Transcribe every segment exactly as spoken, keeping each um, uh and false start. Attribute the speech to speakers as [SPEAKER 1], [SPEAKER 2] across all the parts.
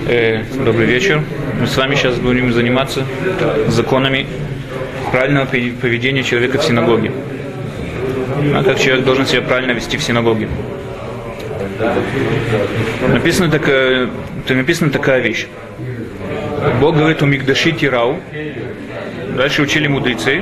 [SPEAKER 1] Э, добрый вечер. Мы с вами сейчас будем заниматься законами правильного поведения человека в синагоге. А как человек должен себя правильно вести в синагоге. Написана такая, написана такая вещь. Бог говорит: у Мигдаши тирау. Дальше учили мудрецы.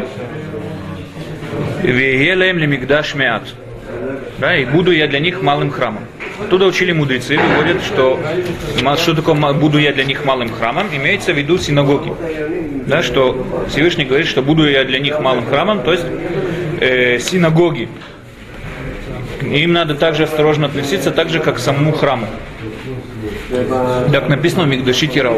[SPEAKER 1] Веелем ли Мигдаш меат. Да, и буду я для них малым храмом. Оттуда учили мудрецы, выводят, что что такое буду я для них малым храмом, имеется в виду синагоги. Да, что Всевышний говорит, что буду я для них малым храмом, то есть э, синагоги. Им надо также осторожно относиться, так же, как к самому храму. Так написано в Мигдаши тирау.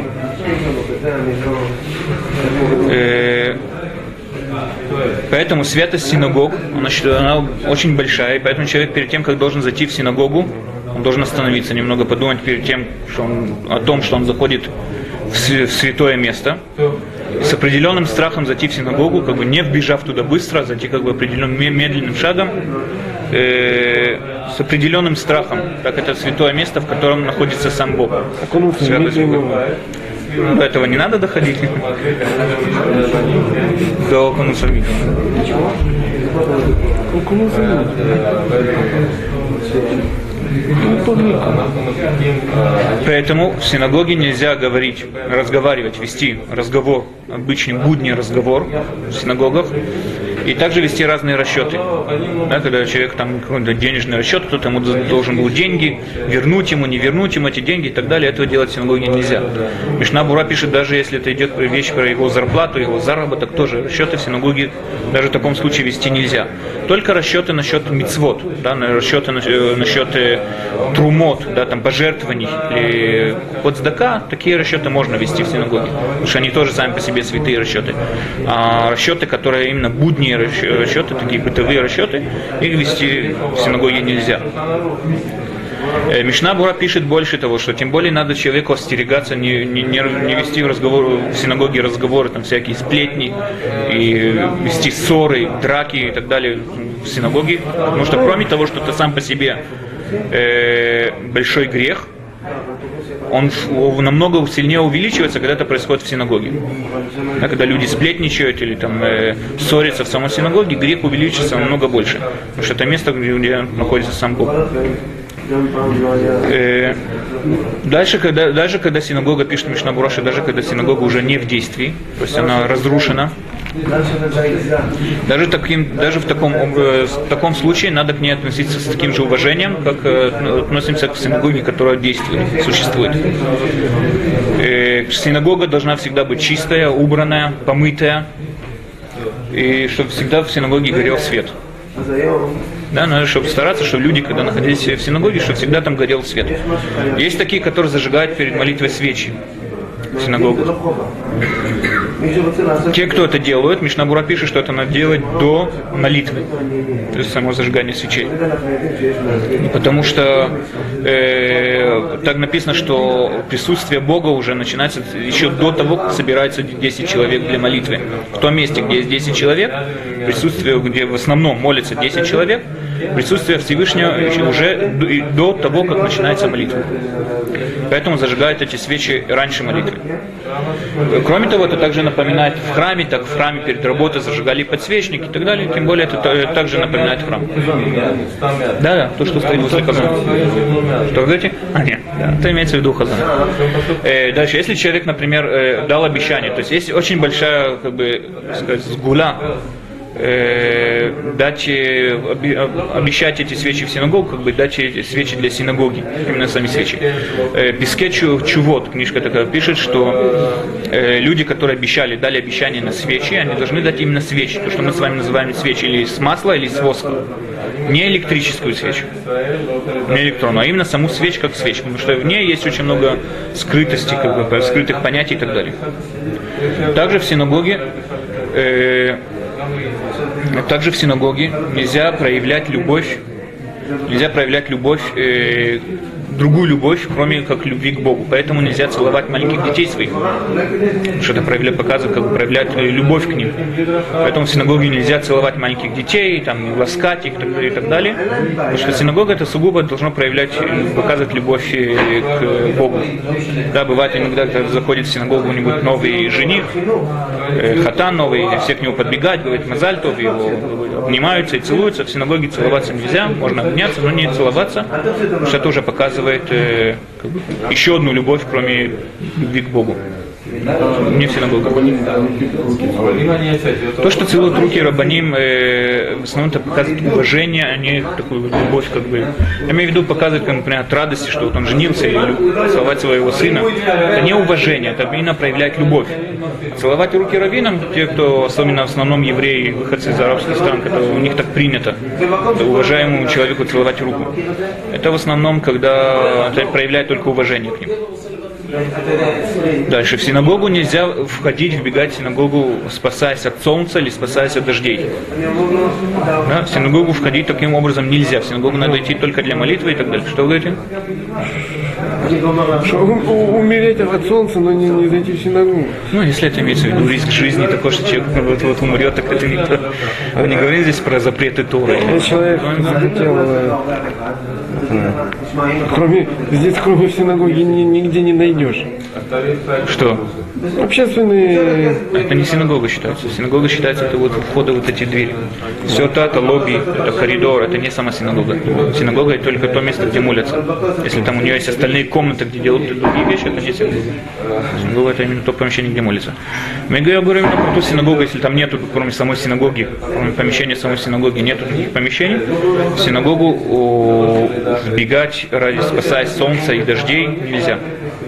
[SPEAKER 1] Э, Поэтому святость синагог, она, она очень большая, и поэтому человек перед тем, как должен зайти в синагогу, он должен остановиться, немного подумать перед тем, что он, о том, что он заходит в святое место, и с определенным страхом зайти в синагогу, как бы не вбежав туда быстро, а зайти как бы определенным медленным шагом, э, с определенным страхом, так это святое место, в котором находится сам Бог. Святость Бога. До этого не надо доходить. До конусамита. Поэтому в синагоге нельзя говорить, разговаривать, вести разговор, обычный будний разговор в синагогах, и также вести разные расчеты. Да, когда человек там какой-то денежный расчет, кто-то ему должен был деньги, вернуть ему, не вернуть ему эти деньги и так далее, этого делать в синагоге нельзя. Мишна Бура пишет, даже если это идет речь про его зарплату, его заработок, тоже расчеты в синагоге даже в таком случае вести нельзя. Только расчеты насчет мицвот, да, расчеты насчет трумот, да, там, пожертвований или подздака, такие расчеты можно вести в синагоге, потому что они тоже сами по себе святые расчеты. А расчеты, которые именно будние расчеты, такие бытовые расчеты, их вести в синагоге нельзя. Мишна Бура пишет больше того, что тем более надо человеку остерегаться, не, не, не вести в, разговор, в синагоге разговоры, там всякие сплетни, и вести ссоры, драки и так далее в синагоге, потому что кроме того, что это сам по себе э, большой грех, он намного сильнее увеличивается, когда это происходит в синагоге. А когда люди сплетничают или там, э, ссорятся в самой синагоге, грех увеличится намного больше, потому что это место, где находится сам Бог. Э, дальше, когда, даже когда синагога, пишет Мишна Бура, даже когда синагога уже не в действии, то есть она разрушена, даже, таким, даже в, таком, в таком случае надо к ней относиться с таким же уважением, как э, относимся к синагоге, которая действует, существует. Э, синагога должна всегда быть чистая, убранная, помытая, и чтобы всегда в синагоге горел свет. Да, надо, чтобы стараться, чтобы люди, когда находились в синагоге, чтобы всегда там горел свет. Есть такие, которые зажигают перед молитвой свечи в синагогу. Те, кто это делают, Мишна Бура пишет, что это надо делать до молитвы, то есть само зажигание свечей. Потому что э, так написано, что присутствие Бога уже начинается еще до того, как собирается десять человек для молитвы. В том месте, где есть десять человек, присутствие, где в основном молится десять человек, присутствие Всевышнего уже до того, как начинается молитва. Поэтому зажигают эти свечи раньше молитвы. Кроме того, это также напоминает в храме, так в храме перед работой зажигали подсвечники и так далее, тем более это также напоминает храм. Да, да, то, что стоит возле хазана. Что вы говорите? А, нет, да, это имеется в виду хазан. Э, дальше, если человек, например, э, дал обещание, то есть есть очень большая, как бы, сказать, сгула, Э, дать, э, обещать эти свечи в синагогу, как бы дать эти свечи для синагоги, именно сами свечи. Э, Писке Чувот, книжка такая, пишет, что э, люди, которые обещали, дали обещание на свечи, они должны дать именно свечи, то, что мы с вами называем свечи, или с масла, или с воска. Не электрическую свечу, не электронную, а именно саму свечу как свечку, потому что в ней есть очень много скрытости, как бы, скрытых понятий и так далее. Также в синагоге э, Также в синагоге нельзя проявлять любовь, нельзя проявлять любовь э, другую любовь, кроме как любви к Богу. Поэтому нельзя целовать маленьких детей своих, потому что это проявляет, показывает, как бы проявлять любовь к ним. Поэтому в синагоге нельзя целовать маленьких детей, там, ласкать их и так далее. Потому что синагога это сугубо должно проявлять, показывать любовь к Богу. Да, бывает иногда, когда заходит в синагогу нибудь новый жених, хатан новый, все к нему подбегают, говорят мазаль тов, его обнимаются и целуются. В синагоге целоваться нельзя, можно обняться, но не целоваться, потому что это уже показывает э, как бы, еще одну любовь, кроме любви к Богу. Не в синагогах. То, что целуют руки рабаним, э, в основном это показывает уважение, а не такую любовь, как бы. Я имею в виду показывать, как, например, от радости, что вот он женился, или целовать своего сына. Это не уважение, это именно проявляет любовь. А целовать руки раввинам, те, кто, особенно в основном евреи, выходцы из арабских стран, это у них так принято, уважаемому человеку целовать руку. Это в основном, когда это проявляет только уважение к ним. Дальше. В синагогу нельзя входить, вбегать в синагогу, спасаясь от солнца или спасаясь от дождей. Да? В синагогу входить таким образом нельзя. В синагогу надо идти только для молитвы и так далее. Что вы говорите?
[SPEAKER 2] Что, умереть от солнца, но не, не зайти в синагогу.
[SPEAKER 1] Ну, если это имеется в виду риск жизни, такой, что человек вот, вот умрет, так это не то. Мы не говорим здесь про запреты Торы.
[SPEAKER 2] Если человек захотел, кроме, здесь кроме синагоги нигде не найдешь.
[SPEAKER 1] Что?
[SPEAKER 2] Общественные...
[SPEAKER 1] Это не синагога считается. Синагога считается, это вот входы вот эти двери. Все это, это лобби, это коридор, это не сама синагога. Синагога это только то место, где молятся. Если там у нее есть остальные комнаты, где делают другие вещи, это не синагога. Синагога это именно то помещение, где молятся. Мы говорим именно про ту синагогу, если там нету, кроме самой синагоги, кроме помещения самой синагоги, нету таких помещений, в синагогу вбегать, ради спасаясь солнца и дождей, нельзя.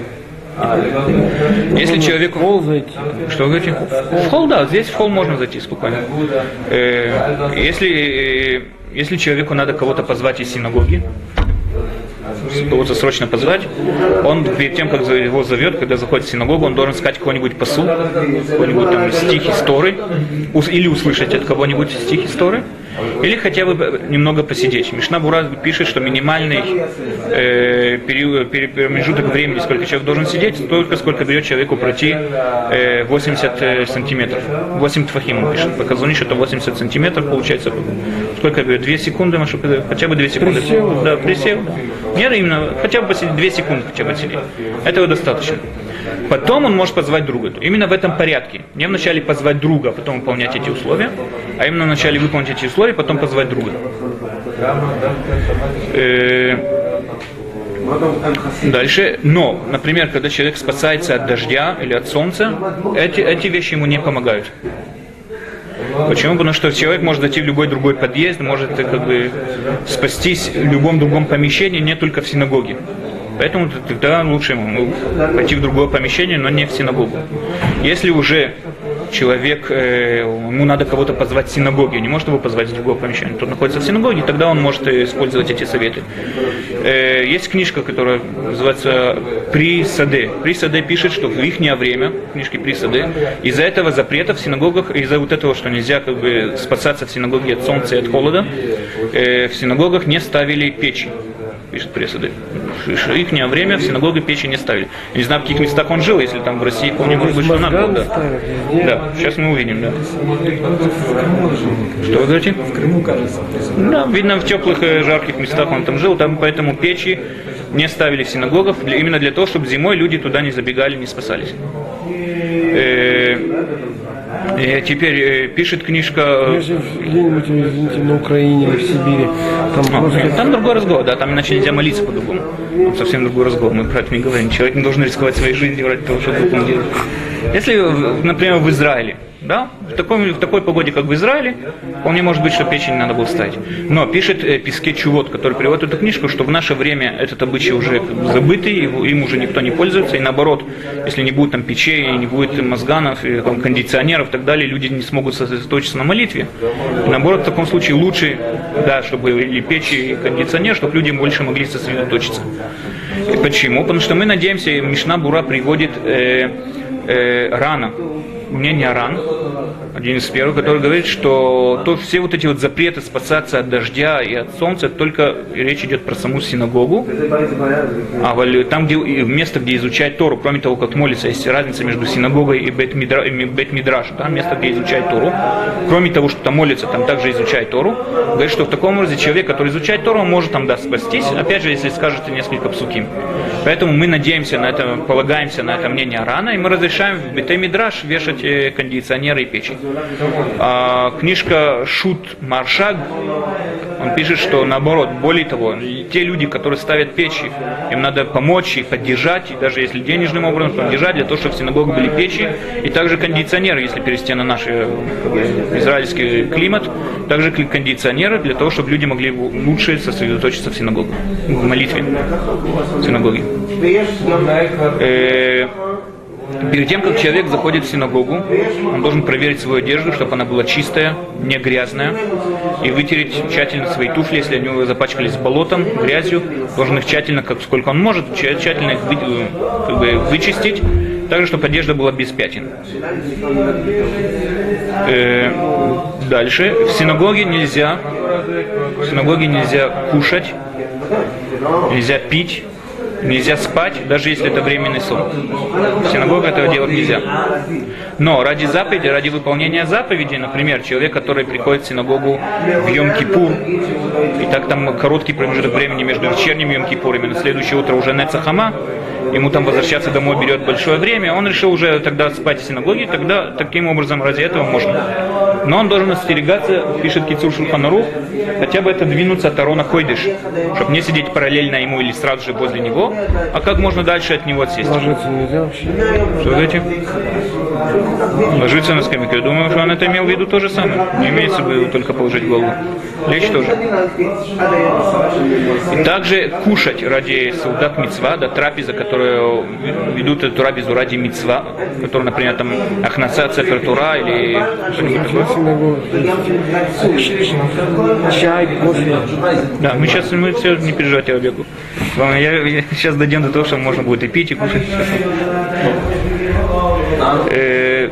[SPEAKER 1] Если человек...
[SPEAKER 2] В холл зайти.
[SPEAKER 1] Что вы говорите? В холл, да, здесь в холл можно зайти спокойно. Э, если, если человеку надо кого-то позвать из синагоги, кого-то срочно позвать, он перед тем, как его зовет, когда заходит в синагогу, он должен сказать какой-нибудь посул, какой-нибудь там стих из Торы, или услышать от кого-нибудь стих из Торы, или хотя бы немного посидеть. Мишна Бура пишет, что минимальный э, период, промежуток времени, сколько человек должен сидеть, столько, сколько берет человеку пройти э, восемьдесят сантиметров. восемь тфахим он пишет. По Казунишу это восемьдесят сантиметров получается. Сколько берет? две секунды, хотя бы две секунды.
[SPEAKER 2] Присел.
[SPEAKER 1] Да, присел. Нет, именно, хотя бы посидеть, две секунды хотя бы сидеть. Этого достаточно. Потом он может позвать друга. Именно в этом порядке. Не вначале позвать друга, а потом выполнять эти условия, а именно вначале выполнить эти условия, потом позвать друга. Дальше. Но, например, когда человек спасается от дождя или от солнца, эти, эти вещи ему не помогают. Почему? Потому что человек может зайти в любой другой подъезд, может как бы спастись в любом другом помещении, не только в синагоге. Поэтому тогда лучше ему пойти в другое помещение, но не в синагогу. Если уже человек, э, ему надо кого-то позвать в синагоге, не может его позвать в другое помещение, тот находится в синагоге, тогда он может использовать эти советы. Э, есть книжка, которая называется «При Саде». При Саде пишет, что в ихнее время, книжки При Саде, из-за этого запрета в синагогах, из-за вот этого, что нельзя как бы спасаться в синагоге от солнца и от холода, э, в синагогах не ставили печи. Пишет Пресады. В их время в синагоге печи не ставили. Я не знаю, в каких местах он жил, если там в России, помню, может быть, что надо было. Да. Да, сейчас мы увидим, да. Что вы говорите?
[SPEAKER 3] В Крыму, кажется.
[SPEAKER 1] Да, видно, в теплых, жарких местах он там жил, там поэтому печи не ставили в синагогах, именно для того, чтобы зимой люди туда не забегали, не спасались. И теперь э, пишет книжка...
[SPEAKER 2] Я же где-нибудь, извините, на Украине, в Сибири. Там,
[SPEAKER 1] а,
[SPEAKER 2] просто...
[SPEAKER 1] там другой разговор, да, там иначе нельзя молиться по-другому. Там совсем другой разговор, мы про это не говорим. Человек не должен рисковать своей жизнью ради того, чтобы он делает. Если, например, в Израиле, да, в такой, в такой погоде, как в Израиле, вполне может быть, что печень надо было ставить. Но пишет э, Пискет Чувот, который переводит эту книжку, что в наше время этот обычай уже забытый, его, им уже никто не пользуется, и наоборот, если не будет там печей, не будет мозганов, и, там, кондиционеров и так далее, люди не смогут сосредоточиться на молитве. И, наоборот, в таком случае лучше, да, чтобы и печи, и кондиционер, чтобы люди больше могли сосредоточиться. И почему? Потому что мы надеемся, Мишна Бура приводит э, э, рано. мнение Ран, один из первых, который говорит, что то, все вот эти вот запреты спасаться от дождя и от солнца, только речь идет про саму синагогу, а там, где место, где изучать Тору, кроме того, как молиться, есть разница между синагогой и бет-мидраш, да, место, где изучать Тору, кроме того, что там молится, там также изучать Тору, говорит, что в таком образе человек, который изучает Тору, он может там, да, спастись, опять же, если скажете несколько псуким. Поэтому мы надеемся на это, полагаемся на это мнение Рана, и мы разрешаем в бет-мидраш вешать кондиционеры и печи. А, книжка Шут Маршаг, он пишет, что наоборот, более того, те люди, которые ставят печи, им надо помочь их поддержать, и даже если денежным образом поддержать, для того, чтобы в синагогах были печи, и также кондиционеры, если перевести на наш как бы, израильский климат, также кондиционеры, для того, чтобы люди могли лучше сосредоточиться в синагогах, в молитве в синагоге. Э, Перед тем, как человек заходит в синагогу, он должен проверить свою одежду, чтобы она была чистая, не грязная, и вытереть тщательно свои туфли, если они у него запачкались болотом, грязью, должен их тщательно, как сколько он может, тщательно их вы, как бы, вычистить, также, чтобы одежда была без пятен. Э, дальше. В синагоге нельзя, в синагоге нельзя кушать, нельзя пить, нельзя спать, даже если это временный сон. В синагоге этого делать нельзя. Но ради заповеди, ради выполнения заповеди, например, человек, который приходит в синагогу в Йом-Кипур, и так там короткий промежуток времени между вечерними Йом-Кипурами, на следующее утро уже Нецахама, ему там возвращаться домой берет большое время, он решил уже тогда спать в синагоге, тогда таким образом ради этого можно. Но он должен остерегаться, пишет Кицур Шулхан Арух, хотя бы это двинуться от Арона Койдыш, чтобы не сидеть параллельно ему или сразу же возле него, а как можно дальше от него отсесть.
[SPEAKER 2] Ложиться нельзя вообще.
[SPEAKER 1] Что знаете? Ложиться на скамейку. Я думаю, что он это имел в виду то же самое. Не имеется в виду только положить голову. Лечь тоже. И также кушать ради саудат мицва, да, трапеза, которую ведут эту трапезу ради мицва, которая, например, там ахнаса цефер Тура или что-нибудь такое.
[SPEAKER 2] Чай, кофе.
[SPEAKER 1] Да, мы сейчас мы все не переживайте об бегу. Я, я сейчас дойдем до того, что можно будет и пить, и кушать. Э,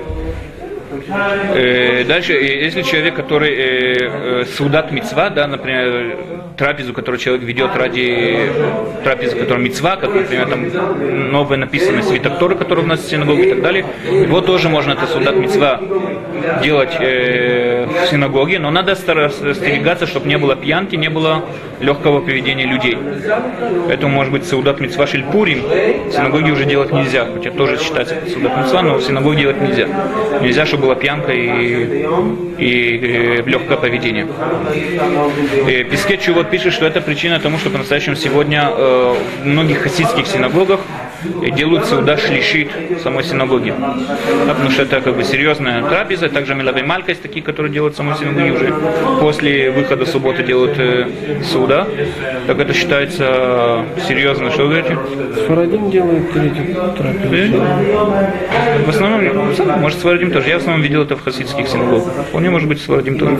[SPEAKER 1] э, дальше, если человек, который э, саудат мицва, да, например, трапезу, которую человек ведет ради трапезы, которая мицва, как, например, там новое написано свиток Торы, который у нас в синагоге и так далее, его тоже можно, это саудат мицва, делать э, в синагоге, но надо остерегаться, чтобы не было пьянки, не было легкого поведения людей. Поэтому, может быть, саудат мицва шель Пурим в синагоге уже делать нельзя, хотя тоже считается саудат мицва, но в синагоге делать нельзя. Нельзя, чтобы была пьянка и, и, и легкое поведение. Э, Пискет Чувот пишет, что это причина тому, что по-настоящему сегодня э, в многих хасидских синагогах делают сауда шлишит в самой синагоге. Да, потому что это как бы серьезная трапеза, также мелавей малька есть такие, которые делают в самой синагоге уже после выхода субботы делают э, сауда. Так это считается серьезно. Что вы говорите?
[SPEAKER 2] Сфарадим делает третью трапезу.
[SPEAKER 1] В основном, может, Сфарадим тоже. Я в основном видел это в хасидских синагогах. Вполне может быть Сфарадим тоже.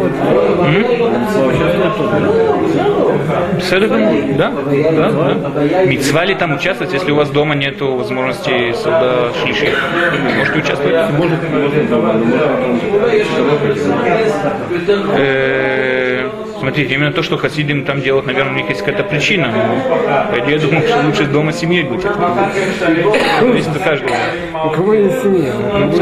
[SPEAKER 1] Да, да, да. Мицва ли там участвовать, если у вас дома нет возможности суда шлиши? Можете участвовать? Э, смотрите, именно то, что хасидим там делают, наверное, у них есть какая-то причина. Но я думаю, что лучше дома с семьей быть. Зависит от каждого.
[SPEAKER 2] У кого есть семья?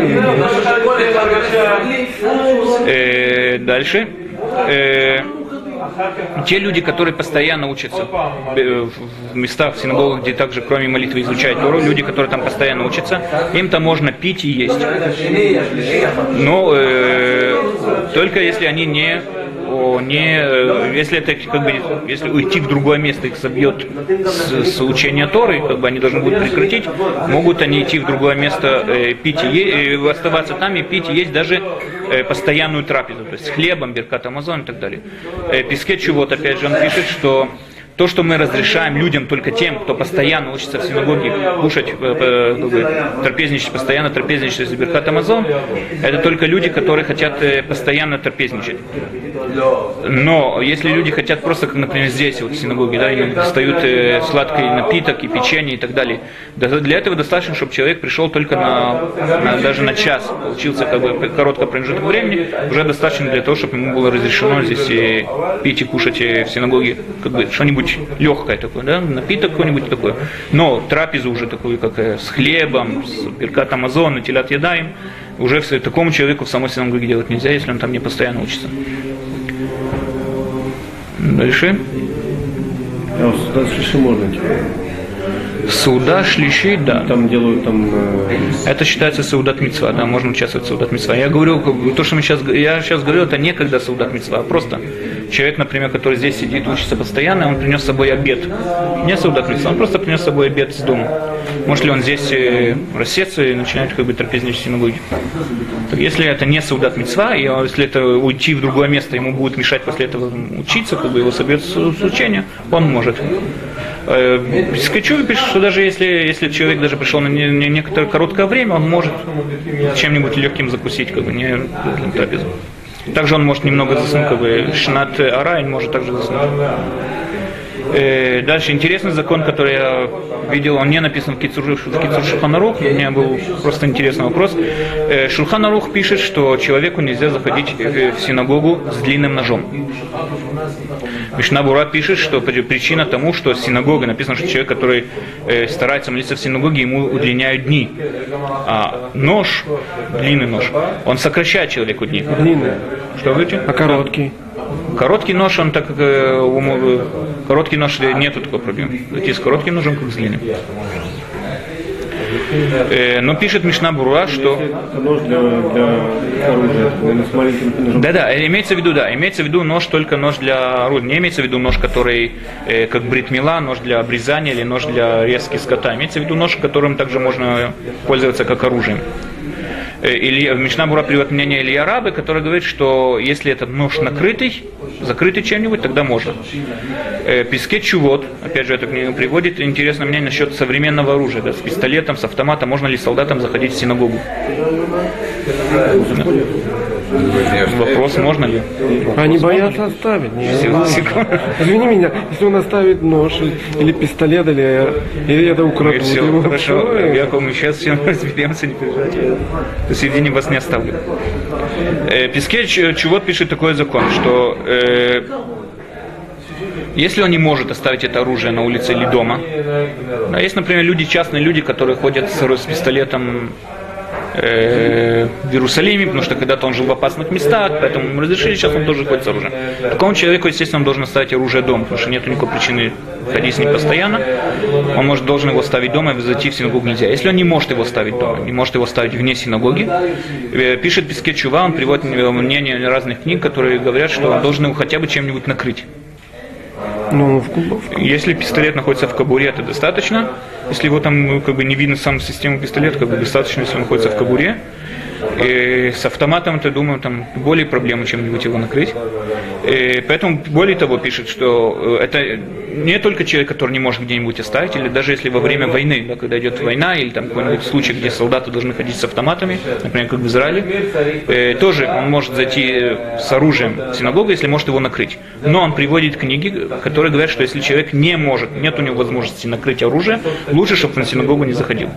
[SPEAKER 1] Э, дальше. Э, Те люди, которые постоянно учатся в местах, в синагогах, где также кроме молитвы изучают Тору, люди, которые там постоянно учатся, им-то можно пить и есть. Но э, только если они не, о, не если это как бы, если уйти в другое место их собьет с, с учения Торы, как бы они должны будут прекратить, могут они идти в другое место, э, пить и есть, э, оставаться там и пить и есть даже э, постоянную трапезу, то есть с хлебом, беркат Амазон и так далее. Э, Пискет Чувот, опять же, он пишет, что то, что мы разрешаем людям только тем, кто постоянно учится в синагоге кушать, э, как бы, трапезничать, постоянно трапезничать из Беркат Амазон, это только люди, которые хотят э, постоянно трапезничать. Но если люди хотят просто, как, например, здесь, вот в синагоге, да, им достают э, сладкий напиток и печенье и так далее, для этого достаточно, чтобы человек пришел только на, на, даже на час, получился как бы короткий промежуток времени, уже достаточно для того, чтобы ему было разрешено здесь и пить и кушать и в синагоге, как бы что-нибудь легкое такое, да, напиток какой-нибудь такой. Но трапезу уже такую, как э, с хлебом, с Беркат Амазон, Тилат Ядаим, уже в, такому человеку в самой синагоге делать нельзя, если он там не постоянно учится. Дальше.
[SPEAKER 2] А сюда шлиши можно типа?
[SPEAKER 1] Сауда шлиши, да.
[SPEAKER 2] Там делают там. Э...
[SPEAKER 1] Это считается саудат мицва, да, можно участвовать в саудат мицва. Я говорю, то, что мы сейчас, я сейчас говорю, это не когда саудат мицва, а просто человек, например, который здесь сидит, учится постоянно, он принес с собой обед. Не саудат мицва, он просто принес с собой обед с дома. Может ли он здесь рассеться и начинать как бы трапезничать в синагоге? Так, если это не саудат мицва, и если это уйти в другое место, ему будет мешать после этого учиться, как бы его собьет с учения, он может. Скачу пишет, что даже если, если человек даже пришел на не, не, некоторое короткое время, он может чем-нибудь легким закусить, как бы не трапезу. Также он может немного заснуть, как бы шнат арайн может также заснуть. Э, дальше интересный закон, который я видел, он не написан в Кицур Шулхан Арух, у меня был просто интересный вопрос. Э, Шулхан Арух пишет, что человеку нельзя заходить в синагогу с длинным ножом. Мишна Бура пишет, что причина тому, что синагога, написано, что человек, который э, старается молиться в синагоге, ему удлиняют дни. А нож, длинный нож, он сокращает человеку дни.
[SPEAKER 2] Длинный.
[SPEAKER 1] Что вы говорите?
[SPEAKER 2] А короткий?
[SPEAKER 1] Короткий нож, он так как э, короткий нож, нету такой проблемы. Идти с коротким ножом, как с длинным. Э, но пишет Мишна Бура, что...
[SPEAKER 2] Нож для, для оружия, с маленьким ножом.
[SPEAKER 1] Да-да, имеется в виду, да, имеется в виду нож, только нож для оружия. Не имеется в виду нож, который, э, как брит-мила, нож для обрезания или нож для резки скота. Имеется в виду нож, которым также можно пользоваться как оружием. Илья, Мишна Бура приводит мнение Илья Рабы, который говорит, что если этот нож накрытый, закрытый чем-нибудь, тогда можно. Пискет Чувот, опять же, эту книгу приводит, интересное мнение насчет современного оружия, да, с пистолетом, с автоматом, можно ли солдатам заходить в синагогу? Вопрос, можно ли?
[SPEAKER 2] Они боятся оставить. Извини меня, если он оставит нож или пистолет, или, или это украдут.
[SPEAKER 1] Все, его хорошо, Яков, мы сейчас всем разберемся, не переживайте. До середины вас не оставлю. Э, Пискет Чувот пишет такой закон, что э, если он не может оставить это оружие на улице или дома, да, есть, например, люди, частные люди, которые ходят с, с пистолетом в Иерусалиме, потому что когда-то он жил в опасных местах, поэтому ему разрешили, сейчас он тоже ходит с оружием. Такому человеку, естественно, он должен оставить оружие дома, потому что нет никакой причины ходить с ним постоянно. Он может, должен его ставить дома, и зайти в синагогу нельзя. Если он не может его ставить дома, не может его ставить вне синагоги, пишет Пискет Чува, он приводит мнение разных книг, которые говорят, что он должен его хотя бы чем-нибудь накрыть.
[SPEAKER 2] Ну, в кубовку.
[SPEAKER 1] Если пистолет находится в кобуре, это достаточно. Если его там как бы не видно саму систему пистолета, как бы достаточно, если он находится в кобуре. И с автоматом, то думаю, там более проблемы, чем-нибудь его накрыть. И поэтому, более того, пишет, что это не только человек, который не может где-нибудь оставить, или даже если во время войны, да, когда идет война, или там какой-нибудь случай, где солдаты должны ходить с автоматами, например, как в Израиле, э, тоже он может зайти с оружием в синагогу, если может его накрыть. Но он приводит книги, которые говорят, что если человек не может, нет у него возможности накрыть оружие, лучше, чтобы он в синагогу не заходил.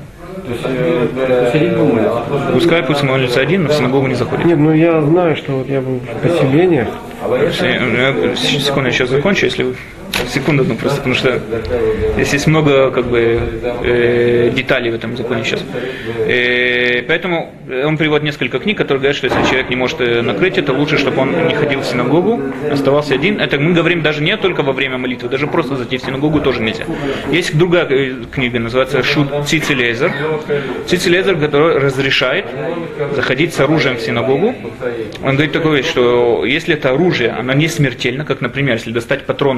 [SPEAKER 1] Пускай пусть молится один, но в синагогу не заходит.
[SPEAKER 2] Нет, ну я знаю, что вот я был в поселениях.
[SPEAKER 1] Секунду, я сейчас закончу, если вы... Секунду одну просто, потому что здесь есть много как бы э, деталей в этом законе сейчас. Э, поэтому он приводит несколько книг, которые говорят, что если человек не может накрыть это, лучше, чтобы он не ходил в синагогу, оставался один. Это мы говорим даже не только во время молитвы, даже просто зайти в синагогу тоже нельзя. Есть другая книга, называется Шут Цици Лейзер. Цици Лейзер, который разрешает заходить с оружием в синагогу. Он говорит такое, что если это оружие, оно не смертельно, как, например, если достать патроны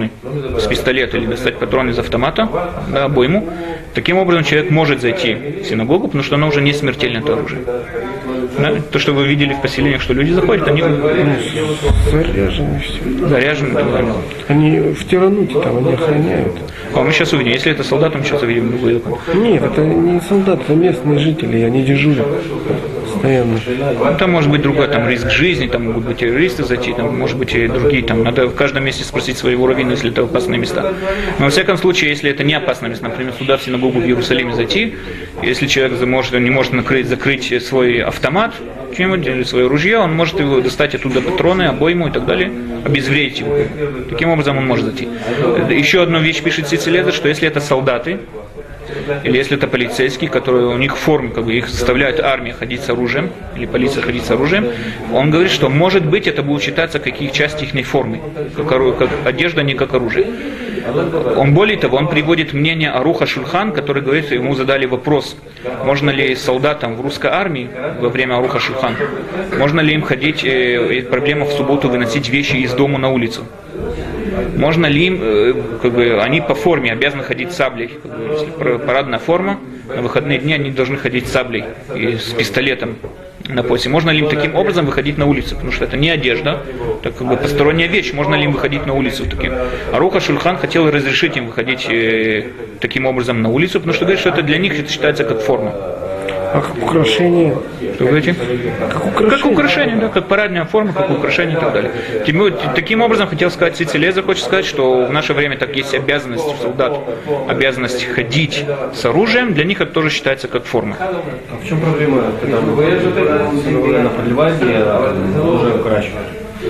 [SPEAKER 1] с пистолета или достать патрон из автомата, да, обойму, таким образом человек может зайти в синагогу, потому что она уже не смертельное это оружие. Да? То, что вы видели в поселениях, что люди заходят, они
[SPEAKER 2] заряжены все.
[SPEAKER 1] Заряжены, да.
[SPEAKER 2] Они в Тирануте там, они охраняют.
[SPEAKER 1] А мы сейчас увидим, если это солдат, мы сейчас увидим другой закон.
[SPEAKER 2] Нет, это не солдат, это местные жители, они дежурят постоянно.
[SPEAKER 1] Ну, там может быть другой, там риск жизни, там могут быть террористы зайти, там может быть и другие, там надо в каждом месте спросить своего раввина, если это опасные места. Но во всяком случае, если это не опасное место, например, сюда в синагогу в Иерусалиме зайти, если человек может, не может накрыть, закрыть свой автомат, чем-нибудь, или свое ружье, он может его достать оттуда патроны, обойму и так далее, обезвредить его. Таким образом он может зайти. Еще одну вещь пишет Сицилезер, что если это солдаты, или если это полицейские, которые у них в форме, как бы их заставляют армия ходить с оружием, или полиция ходить с оружием, он говорит, что может быть это будет считаться как их часть их формы, как, как одежда, не как оружие. Он более того, он приводит мнение Аруха Шульхан, который говорит, ему задали вопрос, можно ли солдатам в русской армии во время Аруха Шульхан, можно ли им ходить, э, проблема в субботу выносить вещи из дома на улицу. Можно ли им, э, как бы, они по форме обязаны ходить с саблей, как бы, если парадная форма, на выходные дни они должны ходить с саблей и с пистолетом на поясе. Можно ли им таким образом выходить на улицу? Потому что это не одежда, это как бы посторонняя вещь. Можно ли им выходить на улицу таким? Аруха Шульхан хотел разрешить им выходить э, таким образом на улицу, потому что говорит, что это для них это считается как форма.
[SPEAKER 2] А как украшение?
[SPEAKER 1] Что говорите?
[SPEAKER 2] Как украшение.
[SPEAKER 1] Как украшение, да, как парадная форма, как украшение и так далее. Таким образом, хотел сказать, Сицилезер хочет сказать, что в наше время так есть обязанность у солдат, обязанность ходить с оружием, для них это тоже считается как форма.
[SPEAKER 3] А в чем проблема, когда мы на подливании оружие украшивают?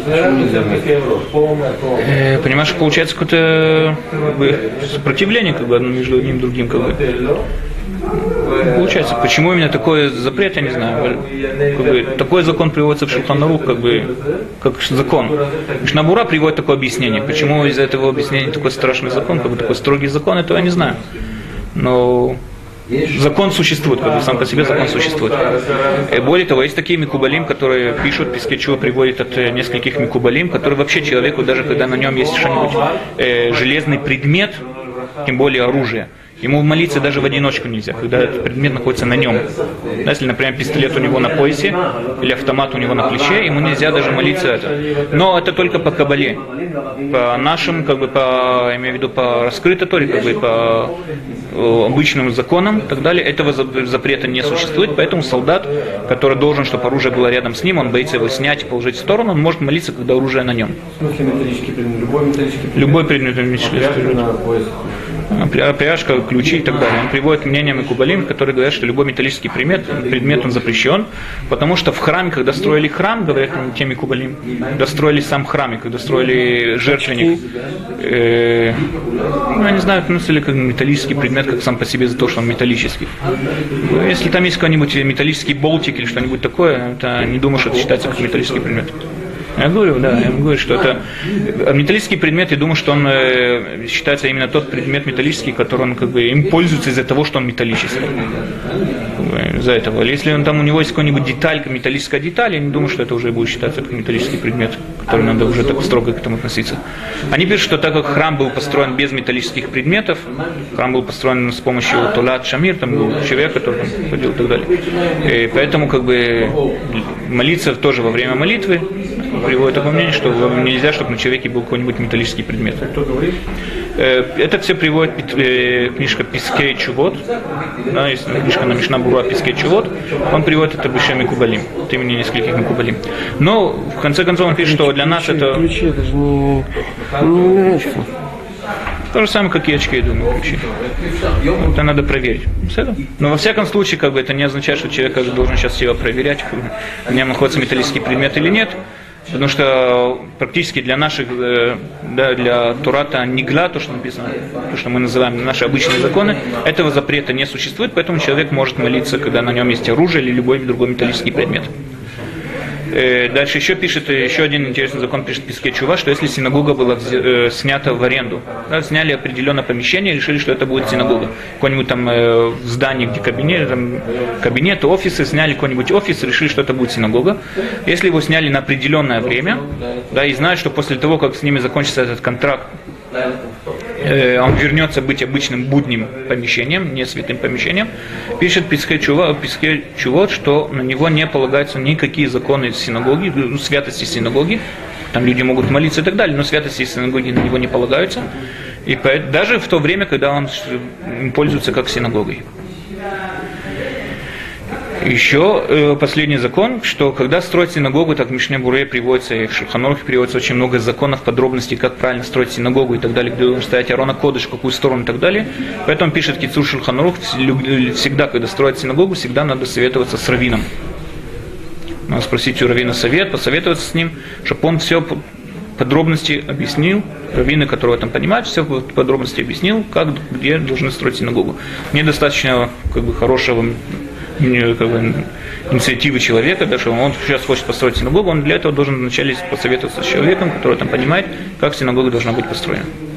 [SPEAKER 1] Э, понимаешь, получается какое-то как бы, сопротивление как бы, между одним и другим. Как бы. Получается, почему именно такой запрет, я не знаю. Как бы, такой закон приводится в Шулхан Арух, как бы, как закон. Мишна Бура приводит такое объяснение. Почему из-за этого объяснения такой страшный закон, как бы такой строгий закон, этого я не знаю. Но закон существует, как бы сам по себе закон существует. И более того, есть такие микубалим, которые пишут, Пискечу приводит от нескольких микубалим, которые вообще человеку, даже когда на нем есть что-нибудь э, железный предмет, тем более оружие, ему молиться даже в одиночку нельзя, когда этот предмет находится на нем. Да, если, например, пистолет у него на поясе или автомат у него на плече, ему нельзя даже молиться это. Но это только по кабале. По нашим, как бы по, я имею в виду, по раскрытой торе, как бы по обычным законам и так далее, этого запрета не существует, поэтому солдат, который должен, чтобы оружие было рядом с ним, он боится его снять и положить в сторону, он может молиться, когда оружие на нем.
[SPEAKER 3] В смысле металлический предмет? Любой металлический предмет?
[SPEAKER 1] Любой предмет металлический предмет. Пряжка, ключи и так далее. Он приводит мнение Микубалим, которые говорят, что любой металлический предмет, предмет он запрещен, потому что в храме, когда строили храм, говорят те Микубалим, когда строили сам храм, и когда строили жертвенник, э, ну, я не знаю, относится ли как металлический предмет, как сам по себе за то, что он металлический. Если там есть какой-нибудь металлический болтик или что-нибудь такое, это не думаю, что это считается как металлический предмет. Я говорю, да, я говорю, что это металлический предмет, я думаю, что он э, считается именно тот предмет металлический, который он как бы им пользуется из-за того, что он металлический. Из-за этого. Если он там у него есть какая-нибудь деталь, металлическая деталь, я не думаю, что это уже будет считаться как металлический предмет, который надо уже так строго к этому относиться. Они пишут, что так как храм был построен без металлических предметов, храм был построен с помощью Толат Шамир, там был человек, который там ходил и так далее. И поэтому как бы молиться тоже во время молитвы приводит такое мнение, что нельзя, чтобы на человеке был какой-нибудь металлический предмет.
[SPEAKER 3] Кто говорит?
[SPEAKER 1] Это все приводит книжка Пискей Чувот, да, есть книжка на Мишна Бура Пискей Чувот, он приводит это Бешем Микубалим, от имени нескольких Микубалим. Но в конце концов он пишет, что для нас это...
[SPEAKER 2] Ключи, это же не, не является.
[SPEAKER 1] То же самое, как и очки, я думаю, ключи. Это надо проверить. Но во всяком случае, как бы это не означает, что человек должен сейчас себя проверять, как бы, в нем находится металлический предмет или нет. Потому что практически для наших, да, для Турата Нигла, то, что написано, то, что мы называем наши обычные законы, этого запрета не существует, поэтому человек может молиться, когда на нем есть оружие или любой другой металлический предмет. Дальше еще пишет, еще один интересный закон пишет Пискей Чува, что если синагога была э, снята в аренду, да, сняли определенное помещение, решили, что это будет синагога. Какое-нибудь там э, в здании, где кабинет, там, кабинеты, офисы, сняли какой-нибудь офис, решили, что это будет синагога. Если его сняли на определенное время, да, и знают, что после того, как с ними закончится этот контракт, э, он вернется быть обычным будним помещением, не святым помещением, пишет Писхей Чувот, Писхей Чувот, что на него не полагаются никакие законы синагоги, святости синагоги, там люди могут молиться и так далее, но святости синагоги на него не полагаются, и даже в то время, когда он пользуется как синагогой. Еще э, последний закон, что когда строить синагогу, так в Мишне Буре приводится, и в Шулхан Арухе приводится очень много законов, подробностей, как правильно строить синагогу и так далее, где должен стоять Арон а-Кодеш, в какую сторону и так далее. Поэтому пишет Кицур Шулхан Арух, всегда, когда строить синагогу, всегда надо советоваться с раввином. Надо спросить у раввина совет, посоветоваться с ним, чтобы он все подробности объяснил, раввины, которые там понимают, все подробности объяснил, как, где должны строить синагогу. Недостаточно как бы, хорошего как бы, инициативы человека, да, что он сейчас хочет построить синагогу, он для этого должен вначале посоветоваться с человеком, который там понимает, как синагога должна быть построена.